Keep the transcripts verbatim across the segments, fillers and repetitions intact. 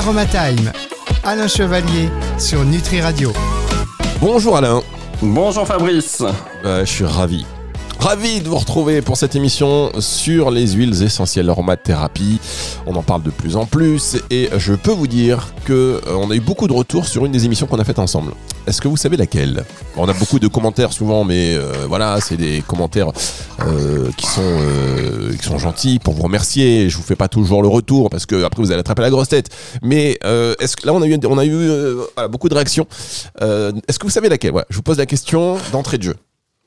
Aromatime, Alain Chevalier sur Nutri Radio. Bonjour Alain. Bonjour Fabrice. Euh, je suis ravi. Ravi de vous retrouver pour cette émission sur les huiles essentielles aromathérapie. On en parle de plus en plus et je peux vous dire qu'on euh, a eu beaucoup de retours sur une des émissions qu'on a faites ensemble. Est-ce que vous savez laquelle ? On a beaucoup de commentaires souvent, mais euh, voilà, c'est des commentaires euh, qui sont euh, qui sont gentils pour vous remercier. Je vous fais pas toujours le retour parce que après vous allez attraper la grosse tête. Mais euh, est-ce que là on a eu on a eu euh, voilà, beaucoup de réactions. Euh, est-ce que vous savez laquelle ? Voilà, je vous pose la question d'entrée de jeu.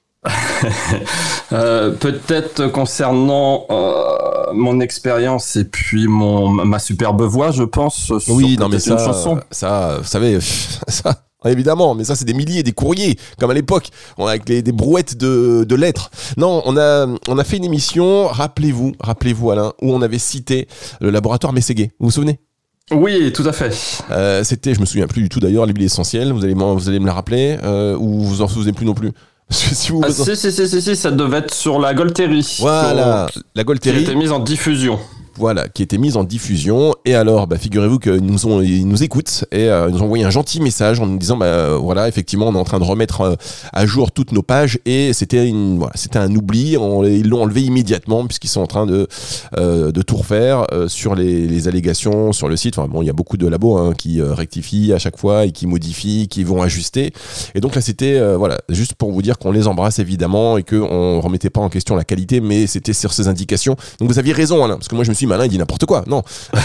euh, peut-être concernant euh, mon expérience et puis mon ma superbe voix, je pense. Oui, sur non mais ça, une chanson. ça, vous savez, ça. Évidemment, mais ça c'est des milliers, des courriers, comme à l'époque, on a avec les, des brouettes de, de lettres. Non, on a, on a fait une émission, rappelez-vous, rappelez-vous Alain, où on avait cité le laboratoire Mességuet. Vous vous souvenez ? Oui, tout à fait. Euh, c'était, je me souviens plus du tout d'ailleurs, l'huile essentielle. Vous allez, vous allez me la rappeler, euh, ou vous en souvenez plus non plus. Si, vous ah, si, si, si, si, si, ça devait être sur la Golterie. Voilà, sur, la Golterie. Qui était mise en diffusion. Voilà, qui était mise en diffusion. Et alors, bah, figurez-vous qu'ils nous, ont, ils nous écoutent et euh, ils nous ont envoyé un gentil message en nous disant, bah, euh, voilà, effectivement, on est en train de remettre euh, à jour toutes nos pages et c'était, une, voilà, c'était un oubli. On, ils l'ont enlevé immédiatement puisqu'ils sont en train de, euh, de tout refaire euh, sur les, les allégations, sur le site. Enfin, bon, il y a beaucoup de labos hein, qui euh, rectifient à chaque fois et qui modifient, qui vont ajuster. Et donc là, c'était euh, voilà, juste pour vous dire qu'on les embrasse évidemment et qu'on ne remettait pas en question la qualité, mais c'était sur ces indications. Donc vous aviez raison, Alain, parce que moi, je me suis dit, malin, il dit n'importe quoi, non.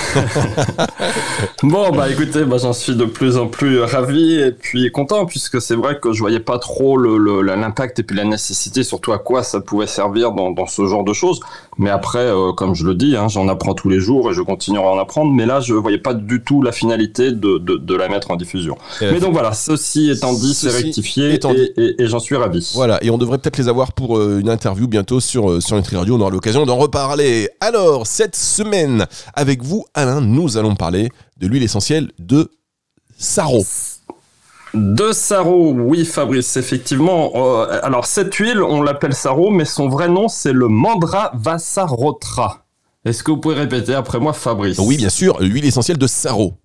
Bon, bah écoutez, bah, j'en suis de plus en plus ravi et puis content, puisque c'est vrai que je voyais pas trop le, le, l'impact et puis la nécessité, surtout à quoi ça pouvait servir dans, dans ce genre de choses. Mais après, euh, comme je le dis, hein, j'en apprends tous les jours et je continuerai à en apprendre, mais là, je voyais pas du tout la finalité de, de, de la mettre en diffusion. Et mais donc voilà, ceci étant dit, c'est rectifié étant et, et, et j'en suis ravi. Voilà, et on devrait peut-être les avoir pour euh, une interview bientôt sur, euh, sur Nutri Radio, on aura l'occasion d'en reparler. Alors, cette semaine, avec vous, Alain, nous allons parler de l'huile essentielle de Saro. De Saro, oui Fabrice, effectivement. Euh, alors cette huile, on l'appelle Saro, mais son vrai nom, c'est le Mandravasa-rotra. Est-ce que vous pouvez répéter après moi, Fabrice ? Oui, bien sûr, l'huile essentielle de Saro.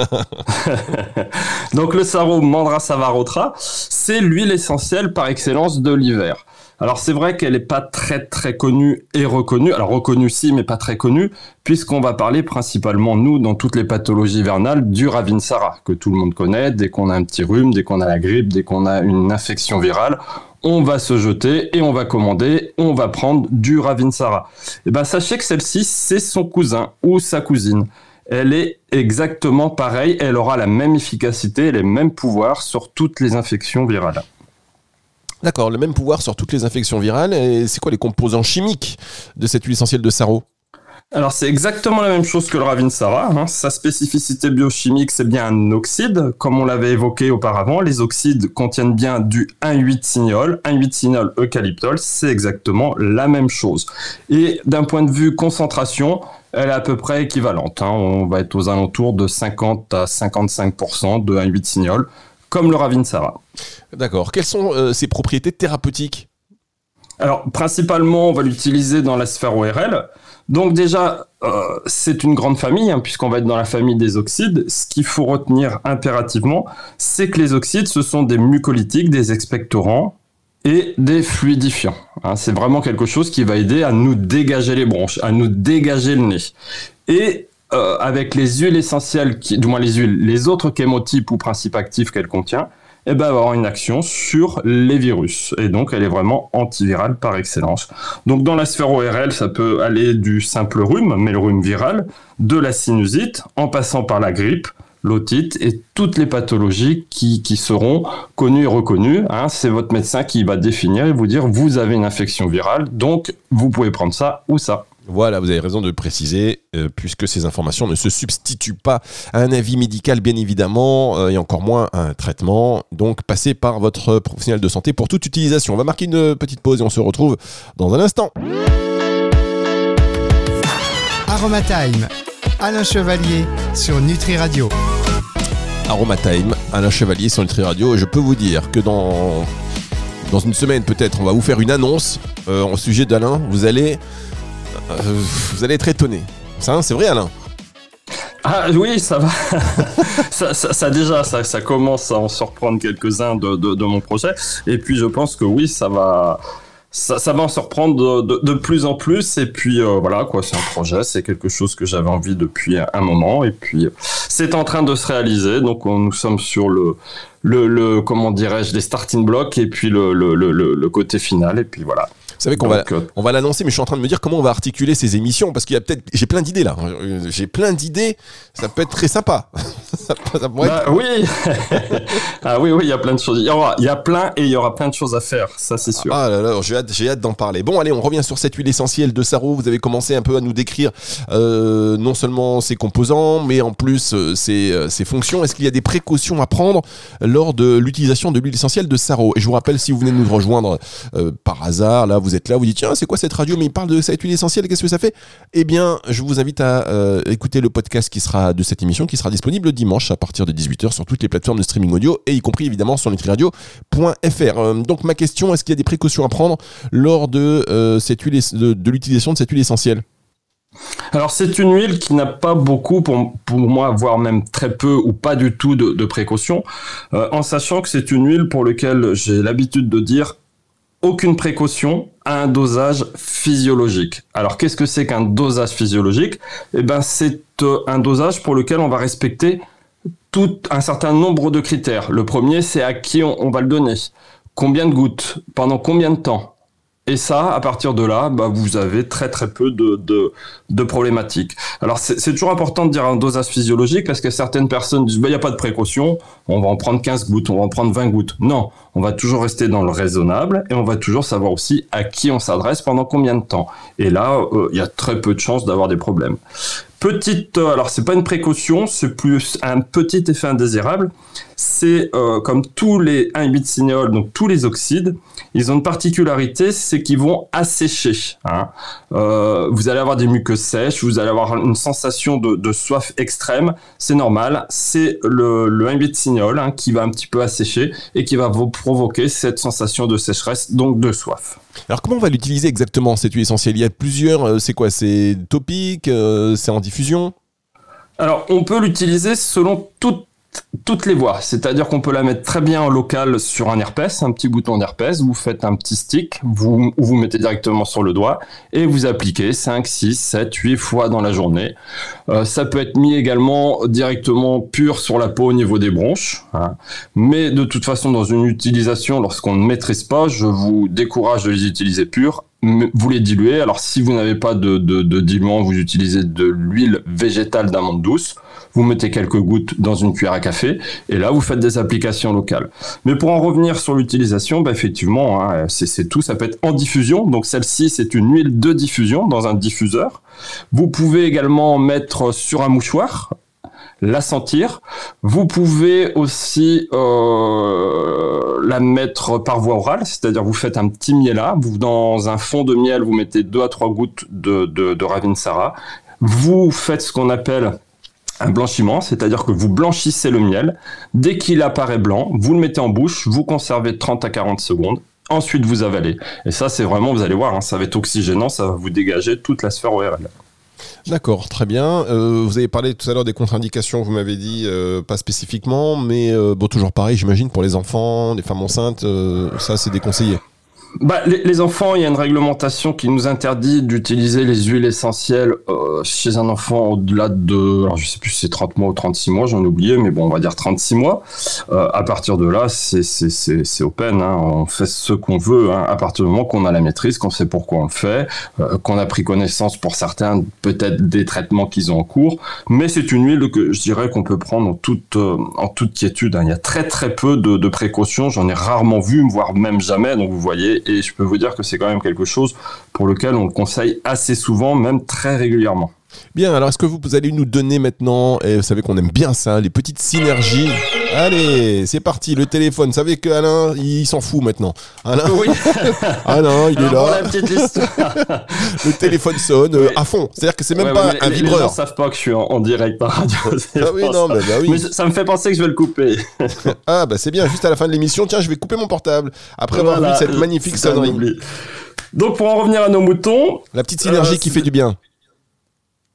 Donc le Saro Mandravasa-rotra, c'est l'huile essentielle par excellence de l'hiver. Alors c'est vrai qu'elle n'est pas très très connue et reconnue, alors reconnue si mais pas très connue, puisqu'on va parler principalement, nous, dans toutes les pathologies hivernales, du Ravinsara, que tout le monde connaît. Dès qu'on a un petit rhume, dès qu'on a la grippe, dès qu'on a une infection virale, on va se jeter et on va commander, on va prendre du Ravinsara. Et ben sachez que celle-ci, c'est son cousin ou sa cousine. Elle est exactement pareille, elle aura la même efficacité, les mêmes pouvoirs sur toutes les infections virales. D'accord, le même pouvoir sur toutes les infections virales. Et c'est quoi les composants chimiques de cette huile essentielle de Saro ? Alors c'est exactement la même chose que le Ravinsara. Hein. Sa spécificité biochimique, c'est bien un oxyde. Comme on l'avait évoqué auparavant, les oxydes contiennent bien du un huit cignol. un huit cignol eucalyptol, c'est exactement la même chose. Et d'un point de vue concentration, elle est à peu près équivalente. Hein. On va être aux alentours de cinquante à cinquante-cinq pour cent de un huit cignol, comme le Ravinsara. D'accord. Quelles sont euh, ses propriétés thérapeutiques ? Alors, principalement, on va l'utiliser dans la sphère O R L. Donc déjà, euh, c'est une grande famille, hein, puisqu'on va être dans la famille des oxydes. Ce qu'il faut retenir impérativement, c'est que les oxydes, ce sont des mucolytiques, des expectorants et des fluidifiants. Hein, c'est vraiment quelque chose qui va aider à nous dégager les bronches, à nous dégager le nez. Et euh, avec les huiles essentielles, qui, du moins les huiles, les autres chémotypes ou principes actifs qu'elle contient, eh ben, elle va avoir une action sur les virus. Et donc, elle est vraiment antivirale par excellence. Donc, dans la sphère O R L, ça peut aller du simple rhume, mais le rhume viral, de la sinusite, en passant par la grippe, l'otite et toutes les pathologies qui, qui seront connues et reconnues. Hein. C'est votre médecin qui va définir et vous dire, vous avez une infection virale, donc vous pouvez prendre ça ou ça. Voilà, vous avez raison de le préciser, euh, puisque ces informations ne se substituent pas à un avis médical, bien évidemment, euh, et encore moins à un traitement. Donc, passez par votre professionnel de santé pour toute utilisation. On va marquer une petite pause et on se retrouve dans un instant. Aromatime, Alain Chevalier sur Nutri Radio. Aromatime, Alain Chevalier sur Nutri Radio. Et je peux vous dire que dans, dans une semaine, peut-être, on va vous faire une annonce euh, au sujet d'Alain. Vous allez... Euh, vous allez être étonné. Ça, c'est vrai, Alain ? Ah oui, ça va. ça, ça, ça déjà, ça, ça commence à en surprendre quelques-uns de, de, de mon projet. Et puis je pense que oui, ça va, ça, ça va en surprendre de, de, de plus en plus. Et puis euh, voilà, quoi, c'est un projet, c'est quelque chose que j'avais envie depuis un moment. Et puis c'est en train de se réaliser. Donc on, nous sommes sur le, le, le comment dirais-je, les starting blocks et puis le, le, le, le côté final. Et puis voilà. Vous savez qu'on Donc, va, on va l'annoncer, mais je suis en train de me dire comment on va articuler ces émissions, parce qu'il y a peut-être, j'ai plein d'idées là, j'ai plein d'idées, ça peut être très sympa. ça, ça bah, être... Oui, ah oui, oui, il y a plein de choses, il y aura, il y a plein et il y aura plein de choses à faire, ça c'est sûr. Ah là là, j'ai hâte, j'ai hâte d'en parler. Bon, allez, on revient sur cette huile essentielle de Saro. Vous avez commencé un peu à nous décrire euh, non seulement ses composants, mais en plus euh, ses, euh, ses fonctions. Est-ce qu'il y a des précautions à prendre lors de l'utilisation de l'huile essentielle de Saro? Et je vous rappelle, si vous venez de nous rejoindre euh, par hasard, là, vous êtes là, vous dites tiens, c'est quoi cette radio, mais il parle de cette huile essentielle, qu'est-ce que ça fait? Eh bien, je vous invite à euh, écouter le podcast qui sera de cette émission, qui sera disponible dimanche à partir de dix-huit heures sur toutes les plateformes de streaming audio, et y compris évidemment sur nutriradio point f r. Euh, donc ma question, est-ce qu'il y a des précautions à prendre lors de, euh, cette huile, de, de l'utilisation de cette huile essentielle? Alors c'est une huile qui n'a pas beaucoup, pour, pour moi, voire même très peu ou pas du tout de, de précautions, euh, en sachant que c'est une huile pour laquelle j'ai l'habitude de dire aucune précaution à un dosage physiologique. Alors qu'est-ce que c'est qu'un dosage physiologique? Eh ben c'est euh, un dosage pour lequel on va respecter tout un certain nombre de critères. Le premier, c'est à qui on, on va le donner, combien de gouttes, pendant combien de temps. Et ça, à partir de là, bah, vous avez très très peu de, de, de problématiques. Alors c'est, c'est toujours important de dire un dosage physiologique parce que certaines personnes disent bah, y a pas de précaution, on va en prendre quinze gouttes, on va en prendre vingt gouttes. Non, on va toujours rester dans le raisonnable et on va toujours savoir aussi à qui on s'adresse pendant combien de temps. Et là, il euh, y a très peu de chances d'avoir des problèmes. Petite, euh, alors c'est pas une précaution, c'est plus un petit effet indésirable. C'est euh, comme tous les un huit cinéole, donc tous les oxydes, ils ont une particularité, c'est qu'ils vont assécher. Hein. Euh, vous allez avoir des muqueuses sèches, vous allez avoir une sensation de, de soif extrême, c'est normal. C'est le, le un huit cinéole hein, qui va un petit peu assécher et qui va vous provoquer cette sensation de sécheresse, donc de soif. Alors comment on va l'utiliser exactement cette huile essentielle? Il y a plusieurs, euh, c'est quoi? C'est topique, euh, c'est en diffusion? Alors on peut l'utiliser selon toutes toutes les voies, c'est-à-dire qu'on peut la mettre très bien en local sur un herpès, un petit bouton d'herpès, vous faites un petit stick, vous, vous mettez directement sur le doigt et vous appliquez cinq, six, sept, huit fois dans la journée. Euh, ça peut être mis également directement pur sur la peau au niveau des bronches, hein. Mais de toute façon dans une utilisation, lorsqu'on ne maîtrise pas, je vous décourage de les utiliser purs. Vous les diluez. Alors si vous n'avez pas de, de, de diluant, vous utilisez de l'huile végétale d'amande douce. Vous mettez quelques gouttes dans une cuillère à café et là vous faites des applications locales. Mais pour en revenir sur l'utilisation, bah effectivement, hein, c'est, c'est tout. Ça peut être en diffusion. Donc celle-ci, c'est une huile de diffusion dans un diffuseur. Vous pouvez également mettre sur un mouchoir, la sentir. Vous pouvez aussi euh, la mettre par voie orale, c'est-à-dire vous faites un petit miella, vous dans un fond de miel, vous mettez deux à trois gouttes de, de, de Ravinsara. Vous faites ce qu'on appelle un blanchiment, c'est-à-dire que vous blanchissez le miel. Dès qu'il apparaît blanc, vous le mettez en bouche, vous conservez trente à quarante secondes. Ensuite, vous avalez. Et ça, c'est vraiment, vous allez voir, hein, ça va être oxygénant, ça va vous dégager toute la sphère O R L. D'accord, très bien. Euh, vous avez parlé tout à l'heure des contre-indications, vous m'avez dit, euh, pas spécifiquement, mais euh, bon, toujours pareil, j'imagine, pour les enfants, les femmes enceintes, euh, ça, c'est déconseillé. Bah, les, les enfants, il y a une réglementation qui nous interdit d'utiliser les huiles essentielles euh, chez un enfant au-delà de, alors je sais plus si c'est trente mois ou trente-six mois, j'en ai oublié, mais bon, on va dire trente-six mois. Euh, à partir de là, c'est, c'est, c'est, c'est open, hein, on fait ce qu'on veut, hein, à partir du moment qu'on a la maîtrise, qu'on sait pourquoi on le fait, euh, qu'on a pris connaissance pour certains, peut-être des traitements qu'ils ont en cours, mais c'est une huile que je dirais qu'on peut prendre en toute, euh, en toute quiétude, hein. Il y a très très peu de, de précautions, j'en ai rarement vu, voire même jamais, donc vous voyez. Et je peux vous dire que c'est quand même quelque chose pour lequel on le conseille assez souvent, même très régulièrement. Bien, alors est-ce que vous, vous allez nous donner maintenant, et vous savez qu'on aime bien ça, les petites synergies. Allez, c'est parti, le téléphone. Vous savez qu'Alain, il s'en fout maintenant. Alain, oui. Alain, il est alors, là. La petite histoire. Le téléphone sonne euh, oui. à fond. C'est-à-dire que c'est même ouais, pas ouais, un les, vibreur. Les gens savent pas que je suis en, en direct par radio. Ah oui, non, bah, bah oui. Mais ça me fait penser que je vais le couper. Ah bah c'est bien, juste à la fin de l'émission, tiens, je vais couper mon portable. Après voilà, avoir vu cette magnifique sonnerie. Donc pour en revenir à nos moutons. La petite synergie euh, qui fait du bien.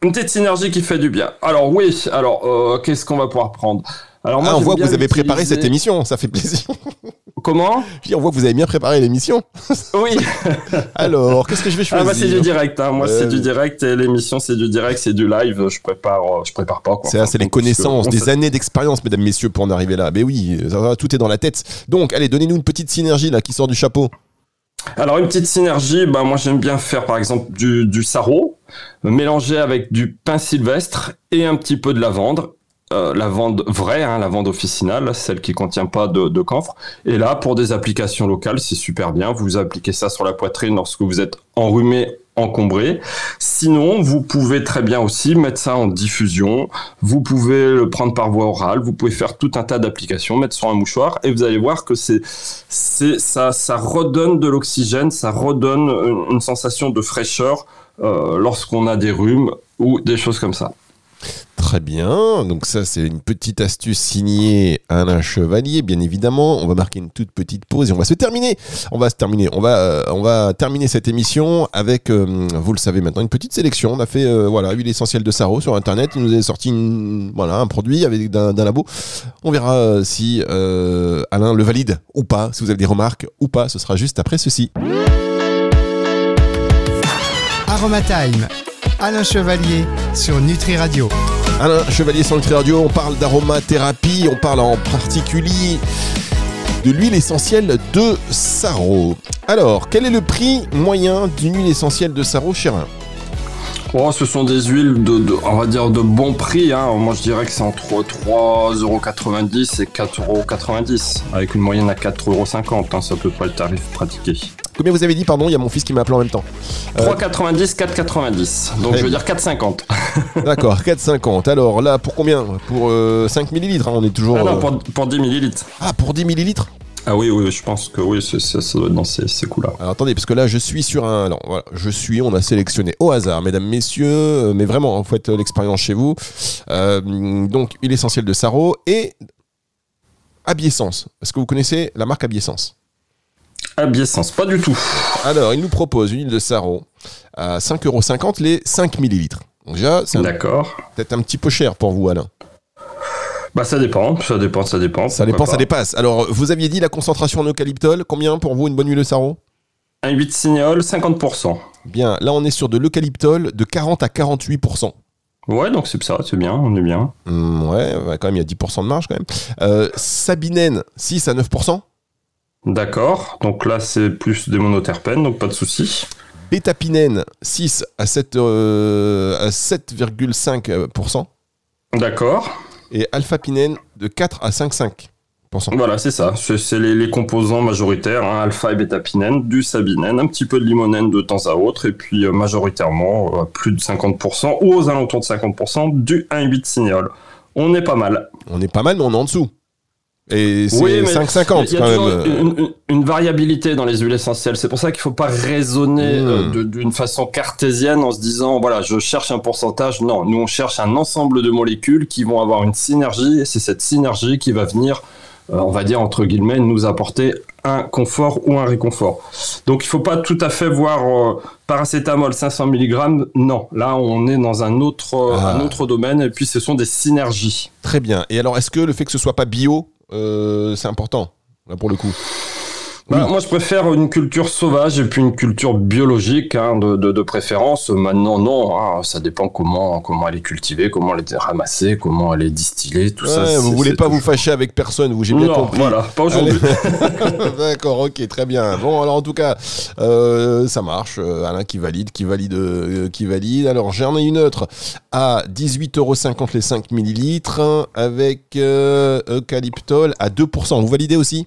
Une petite synergie qui fait du bien. Alors oui, alors euh, qu'est-ce qu'on va pouvoir prendre? Alors moi, ah, on voit que vous avez utiliser... préparé cette émission, ça fait plaisir. Comment? Je dis, on voit que vous avez bien préparé l'émission. Oui. Alors, qu'est-ce que je vais choisir? Ah bah c'est du direct, hein. Moi euh... c'est du direct et l'émission c'est du direct, c'est du live. Je prépare, je prépare pas. Quoi. C'est, enfin, c'est les connaissances, des années d'expérience, mesdames, messieurs, pour en arriver là. Mais oui, ça, tout est dans la tête. Donc, allez, donnez-nous une petite synergie là qui sort du chapeau. Alors une petite synergie, bah moi j'aime bien faire par exemple du, du sarraud, mélangé avec du pain sylvestre et un petit peu de lavande. Euh, lavande vraie, hein, lavande officinale, celle qui contient pas de, de camphre. Et là, pour des applications locales, c'est super bien. Vous appliquez ça sur la poitrine lorsque vous êtes enrhumé, encombré. Sinon, vous pouvez très bien aussi mettre ça en diffusion. Vous pouvez le prendre par voie orale. Vous pouvez faire tout un tas d'applications, mettre sur un mouchoir, et vous allez voir que c'est, c'est ça, ça redonne de l'oxygène, ça redonne une, une sensation de fraîcheur euh, lorsqu'on a des rhumes ou des choses comme ça. Très bien, donc ça c'est une petite astuce signée Alain Chevalier, bien évidemment. On va marquer une toute petite pause et on va se terminer. On va se terminer. On va, euh, on va terminer cette émission avec, euh, vous le savez maintenant, une petite sélection. On a fait, euh, voilà, huile essentielle de sarraud sur Internet. Il nous a sorti, une, voilà, un produit avec d'un, d'un labo. On verra euh, si euh, Alain le valide ou pas. Si vous avez des remarques ou pas, ce sera juste après ceci. Aromatime, Alain Chevalier sur Nutri Radio. Alain Chevalier sur Nutri Radio, on parle d'aromathérapie, on parle en particulier de l'huile essentielle de sarraud. Alors, quel est le prix moyen d'une huile essentielle de sarraud, cher Alain? Oh, ce sont des huiles de, de, on va dire, de bon prix. Hein. Moi, je dirais que c'est entre trois euros quatre-vingt-dix et quatre euros quatre-vingt-dix, avec une moyenne à quatre euros cinquante. Hein. C'est à peu près le tarif pratiqué. Combien vous avez dit, pardon? Il y a mon fils qui m'a appelé en même temps. trois euros quatre-vingt-dix, quatre euros quatre-vingt-dix. Donc, je veux dire quatre euros cinquante. D'accord, quatre euros cinquante. Alors là, pour combien? Pour euh, cinq millilitres, hein, on est toujours... Ah non, euh... pour, pour dix millilitres. Ah, pour dix millilitres? Ah oui, oui, je pense que oui, c'est, c'est, ça doit être dans ces, ces coups-là. Alors attendez, parce que là, je suis sur un... Alors, voilà, je suis, on a sélectionné au hasard, mesdames, messieurs, mais vraiment, vous faites l'expérience chez vous. Euh, donc, huile essentielle de sarraud et Abiessence. Est-ce que vous connaissez la marque Abiessence? Abiessence, pas du tout. Alors, il nous propose une huile de sarraud à cinq euros cinquante les cinq millilitres. Donc déjà, c'est un, D'accord. peut-être un petit peu cher pour vous, Alain. Bah ça dépend, ça dépend, ça dépend. Ça dépend, pas. ça dépasse. Alors, vous aviez dit la concentration en eucalyptol. Combien pour vous une bonne huile de sarraud? Un huit cignol, cinquante pour cent. Bien, là on est sur de l'eucalyptol de quarante à quarante-huit pour cent. Ouais, donc c'est ça, c'est bien, on est bien. Mmh, ouais, quand même, il y a dix pour cent de marge quand même. Euh, sabinène, six à neuf pour cent. D'accord, donc là c'est plus des monoterpènes, donc pas de souci. Bétapinène, six à sept, euh, à sept virgule cinq pour cent. D'accord. Et alpha-pinène de quatre à cinq virgule cinq pour cent. Voilà, c'est ça. C'est, c'est les, les composants majoritaires, hein, alpha et bétapinène, du sabinène, un petit peu de limonène de temps à autre, et puis euh, majoritairement euh, plus de cinquante pour cent ou aux alentours de cinquante pour cent du un huit cignol. On est pas mal. On est pas mal, mais on est en dessous. Et c'est oui, cinq cinquante il y a quand toujours même. Une, une, une variabilité dans les huiles essentielles. C'est pour ça qu'il ne faut pas raisonner mmh. euh, de, d'une façon cartésienne en se disant voilà, je cherche un pourcentage. Non, nous on cherche un ensemble de molécules qui vont avoir une synergie et c'est cette synergie qui va venir, euh, on va dire entre guillemets, nous apporter un confort ou un réconfort. Donc il ne faut pas tout à fait voir euh, paracétamol cinq cents milligrammes. Non, là on est dans un autre, euh, ah. un autre domaine et puis ce sont des synergies. Très bien. Et alors est-ce que le fait que ce soit pas bio, Euh, c'est important, là, pour le coup? Bah, oui. Moi, je préfère une culture sauvage et puis une culture biologique, hein, de, de, de préférence. Maintenant, non, hein, ça dépend comment, comment elle est cultivée, comment elle est ramassée, comment elle est distillée, tout ouais, ça. Vous c'est, voulez c'est pas tout. vous fâcher avec personne, vous, j'ai bien non, compris. Voilà, pas aujourd'hui. D'accord, ok, très bien. Bon, alors en tout cas, euh, ça marche. Euh, Alain qui valide, qui valide, euh, qui valide. Alors j'en ai une autre à dix-huit euros cinquante les cinq millilitres hein, avec euh, eucalyptol à deux pour cent. Vous validez aussi?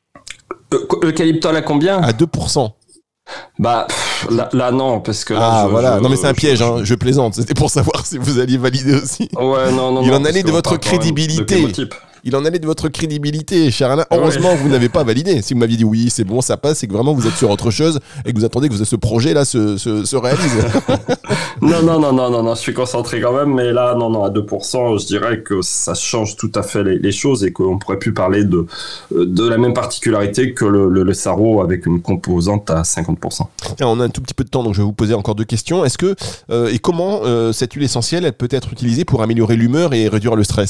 Euh, eucalyptol à combien? À deux pour cent. Bah, pff, là, là, non, parce que là, Ah, je, voilà. je, non, mais c'est un je, piège, je, hein. Je plaisante. C'était pour savoir si vous alliez valider aussi. Ouais, non, non, Il non, en allait de votre crédibilité. De il en allait de votre crédibilité, cher Alain. Heureusement, ouais. vous n'avez pas validé. Si vous m'aviez dit oui, c'est bon, ça passe, c'est que vraiment vous êtes sur autre chose et que vous attendez que ce projet-là se, se, se réalise. non, non, non, non, non, non, je suis concentré quand même, mais là, non, non, à deux pour cent, je dirais que ça change tout à fait les, les choses et qu'on pourrait plus parler de, de la même particularité que le, le, le sarreau avec une composante à cinquante pour cent. Alors, on a un tout petit peu de temps, donc je vais vous poser encore deux questions. Est-ce que, euh, et comment euh, cette huile essentielle, elle peut être utilisée pour améliorer l'humeur et réduire le stress ?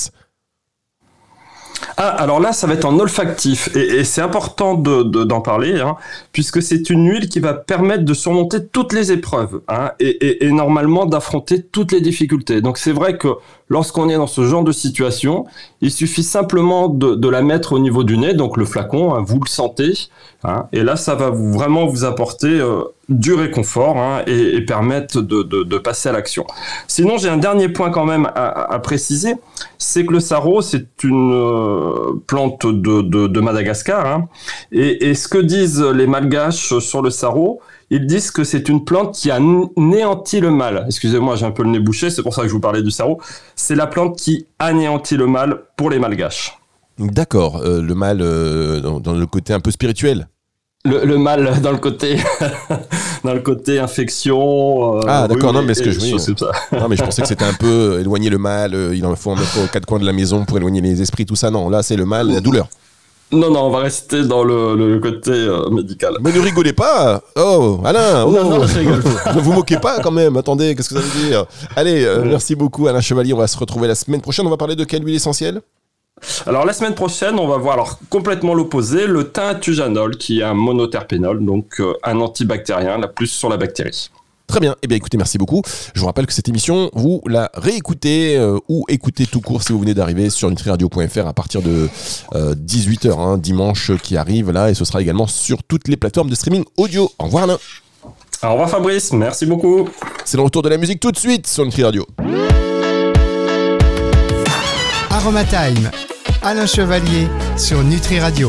Ah, alors là, ça va être en olfactif et, et c'est important de, de, d'en parler, hein, puisque c'est une huile qui va permettre de surmonter toutes les épreuves hein, et, et, et normalement d'affronter toutes les difficultés. Donc c'est vrai que lorsqu'on est dans ce genre de situation, il suffit simplement de, de la mettre au niveau du nez, donc le flacon, hein, vous le sentez, hein, et là ça va vous, vraiment vous apporter euh, du réconfort hein, et, et permettre de, de, de passer à l'action. Sinon, j'ai un dernier point quand même à, à préciser, c'est que le sarreau, c'est une euh, plante de, de, de Madagascar, hein, et, et ce que disent les malgaches sur le sarreau, ils disent que c'est une plante qui anéantit le mal. Excusez-moi, j'ai un peu le nez bouché, c'est pour ça que je vous parlais du sarreau. C'est la plante qui anéantit le mal pour les malgaches. D'accord, euh, le mal euh, dans, dans le côté un peu spirituel. Le, le mal dans le côté dans le côté infection euh, ah d'accord, non mais ce que je oui, non mais je pensais que c'était un peu éloigner le mal, euh, il en faut en mettre aux quatre coins de la maison pour éloigner les esprits, tout ça. Non, là c'est le mal, la douleur. Non, non, on va rester dans le, le côté euh, médical. Mais ne rigolez pas. Oh, Alain, oh, non, non, je rigole. Ne vous moquez pas quand même. Attendez, qu'est-ce que ça veut dire ? Allez, euh, merci beaucoup Alain Chevalier. On va se retrouver la semaine prochaine. On va parler de quelle huile essentielle ? Alors la semaine prochaine, on va voir alors complètement l'opposé, le thym-tujanol, qui est un monoterpénol, donc euh, un antibactérien, là plus sur la bactérie. Très bien. Eh bien, écoutez, merci beaucoup. Je vous rappelle que cette émission, vous la réécoutez euh, ou écoutez tout court si vous venez d'arriver sur nutri radio point f r à partir de euh, dix-huit heures, hein, dimanche qui arrive là, et ce sera également sur toutes les plateformes de streaming audio. Au revoir Alain. Au revoir Fabrice, merci beaucoup. C'est le retour de la musique tout de suite sur Nutri Radio. Aromatime, Alain Chevalier sur Nutri Radio.